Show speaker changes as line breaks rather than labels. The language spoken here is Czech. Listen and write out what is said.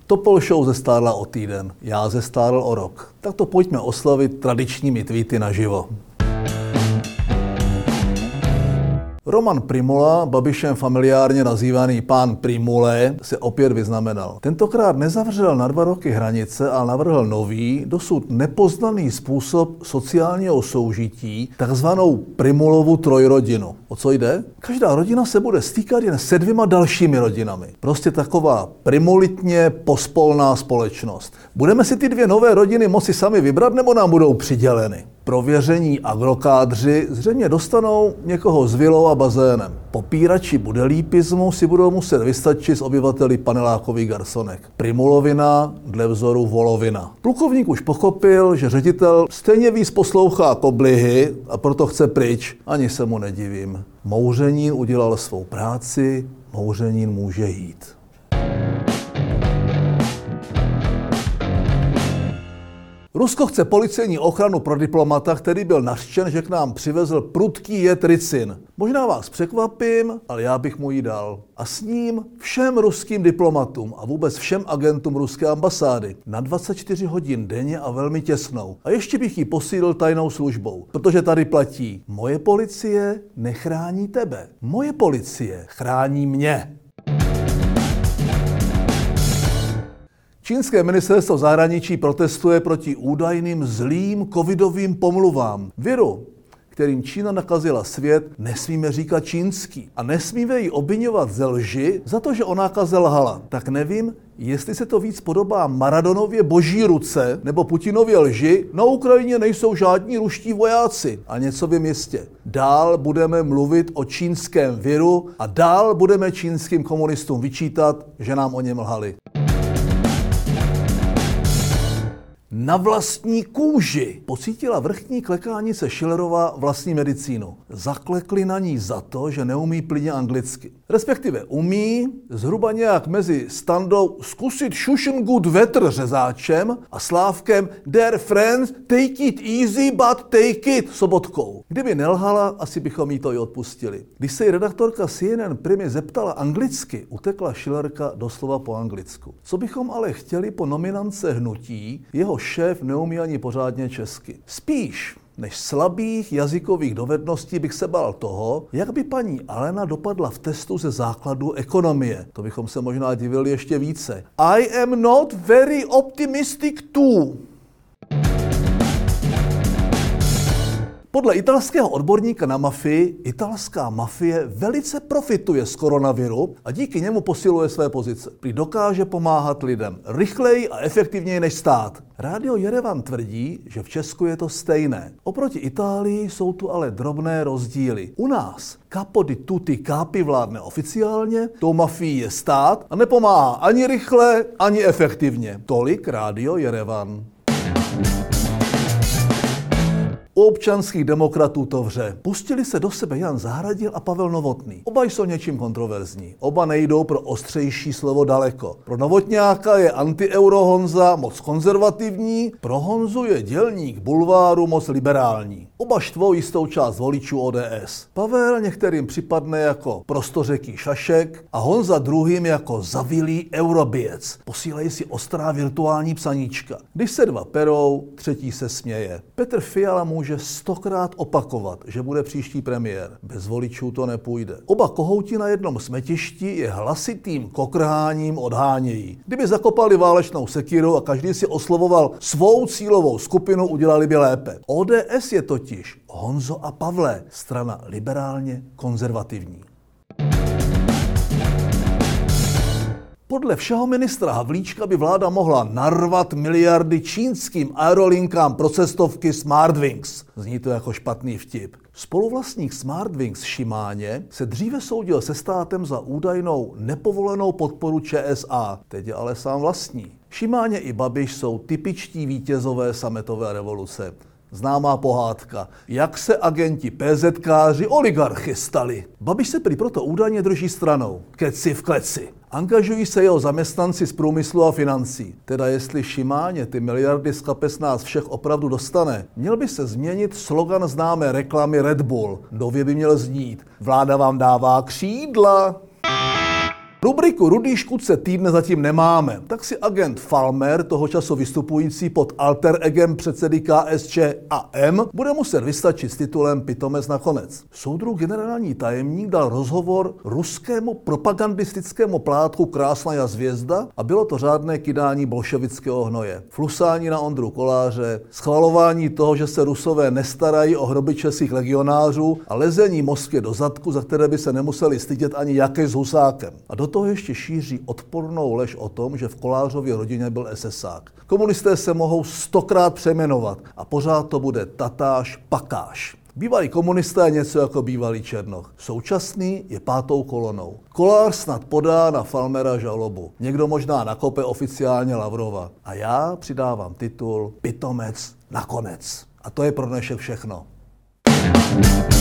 Topol Show zestárla o týden, já zestárl o rok. Tak to pojďme oslavit tradičními tweety naživo. Roman Prymula, Babišem familiárně nazývaný pán Prymule, se opět vyznamenal. Tentokrát nezavřel na 2 roky hranice, ale navrhl nový, dosud nepoznaný způsob sociálního soužití, takzvanou Prymulovu trojrodinu. O co jde? Každá rodina se bude stýkat jen se 2 dalšími rodinami. Prostě taková primulitně pospolná společnost. Budeme si ty 2 nové rodiny moci sami vybrat, nebo nám budou přiděleny? Prověření agrokádři zřejmě dostanou někoho s vilou a bazénem. Popírači budelípismu si budou muset vystačit s obyvateli panelákových garsonek. Prymulovina dle vzoru volovina. Plukovník už pochopil, že ředitel stejně víc poslouchá koblihy a proto chce pryč. Ani se mu nedivím. Mouřenín udělal svou práci, mouřenín může jít. Rusko chce policejní ochranu pro diplomata, který byl nařčen, že k nám přivezl prudký jed ricin. Možná vás překvapím, ale já bych mu ji dal. A s ním všem ruským diplomatům a vůbec všem agentům ruské ambasády na 24 hodin denně a velmi těsnou. A ještě bych ji posílil tajnou službou, protože tady platí: moje policie nechrání tebe, moje policie chrání mě. Čínské ministerstvo zahraničí protestuje proti údajným zlým covidovým pomluvám. Viru, kterým Čína nakazila svět, nesmíme říkat čínský. A nesmíme ji obviňovat ze lži za to, že o nákaze lhala. Tak nevím, jestli se to víc podobá Maradonově boží ruce nebo Putinově lži. Na Ukrajině nejsou žádní ruští vojáci. A něco vím jistě. Dál budeme mluvit o čínském viru a dál budeme čínským komunistům vyčítat, že nám o něm lhali. Na vlastní kůži pocítila vrchní klekánice Schillerová vlastní medicínu. Zaklekli na ní za to, že neumí plynně anglicky. Respektive umí zhruba nějak mezi Standou zkusit šušen good weather řezáčem a Slávkem dear friends, take it easy, but take it Sobotkou. Kdyby nelhala, asi bychom jí to i odpustili. Když se jí redaktorka CNN Primy zeptala anglicky, utekla Schillerka doslova po anglicku. Co bychom ale chtěli po nominance hnutí, jeho šéf neumí ani pořádně česky. Spíš než slabých jazykových dovedností bych se bál toho, jak by paní Alena dopadla v testu ze základu ekonomie. To bychom se možná divili ještě více. I am not very optimistic too. Podle italského odborníka na mafii, italská mafie velice profituje z koronaviru a díky němu posiluje své pozice. Prý dokáže pomáhat lidem rychleji a efektivněji než stát. Rádio Jerevan tvrdí, že v Česku je to stejné. Oproti Itálii jsou tu ale drobné rozdíly. U nás capo di tutti capi vládne oficiálně, tou mafií je stát a nepomáhá ani rychle, ani efektivně. Tolik Rádio Jerevan. U občanských demokratů to vře. Pustili se do sebe Jan Zahradil a Pavel Novotný. Oba jsou něčím kontroverzní. Oba nejdou pro ostřejší slovo daleko. Pro Novotňáka je anti-euro Honza moc konzervativní, pro Honzu je dělník bulváru moc liberální. Oba štvou jistou část voličů ODS. Pavel některým připadne jako prostořeký šašek a Honza druhým jako zavilý eurobijec. Posílají si ostrá virtuální psaníčka. Když se 2 perou, třetí se směje. Petr Fiala může 100krát opakovat, že bude příští premiér. Bez voličů to nepůjde. Oba kohouti na jednom smetišti je hlasitým kokrháním odhánějí. Kdyby zakopali válečnou sekiru a každý si oslovoval svou cílovou skupinu, udělali by lépe. ODS je totiž Honzo a Pavle, strana liberálně konzervativní. Podle všeho ministra Havlíčka by vláda mohla narvat miliardy čínským aerolinkám pro cestovky Smartwings. Zní to jako špatný vtip. Spoluvlastník Smartwings Šimáně se dříve soudil se státem za údajnou nepovolenou podporu ČSA, teď je ale sám vlastní. Šimáně i Babiš jsou typičtí vítězové sametové revoluce. Známá pohádka, jak se agenti PZkáři oligarchy stali. Babiš se prý proto údajně drží stranou. Keci v kleci. Angažují se jeho zaměstnanci z průmyslu a financí. Teda jestli Šimáně ty miliardy z kapes nás všech opravdu dostane, měl by se změnit slogan známé reklamy Red Bull. Nově by měl znít: vláda vám dává křídla. Rubriku Rudý škůdce týdne zatím nemáme, tak si agent Falmer, toho času vystupující pod alter egem předsedy KSČ a M, bude muset vystačit s titulem Pitomec nakonec. Soudruh generální tajemník dal rozhovor ruskému propagandistickému plátku Krásnaja zvězda a bylo to řádné kydání bolševického hnoje. Flusání na Ondru Koláře, schvalování toho, že se Rusové nestarají o hroby českých legionářů a lezení Moskvě do zadku, za které by se nemuseli stydět ani Jakej s Husákem. A do toho ještě šíří odpornou lež o tom, že v Kolářově rodině byl esesák. Komunisté se mohou 100krát přejmenovat a pořád to bude tatáš pakáš. Bývalý komunista je něco jako bývalý Černoch. Současný je pátou kolonou. Kolář snad podá na Falmera žalobu. Někdo možná nakope oficiálně Lavrova. A já přidávám titul Pitomec nakonec. A to je pro dnešek všechno.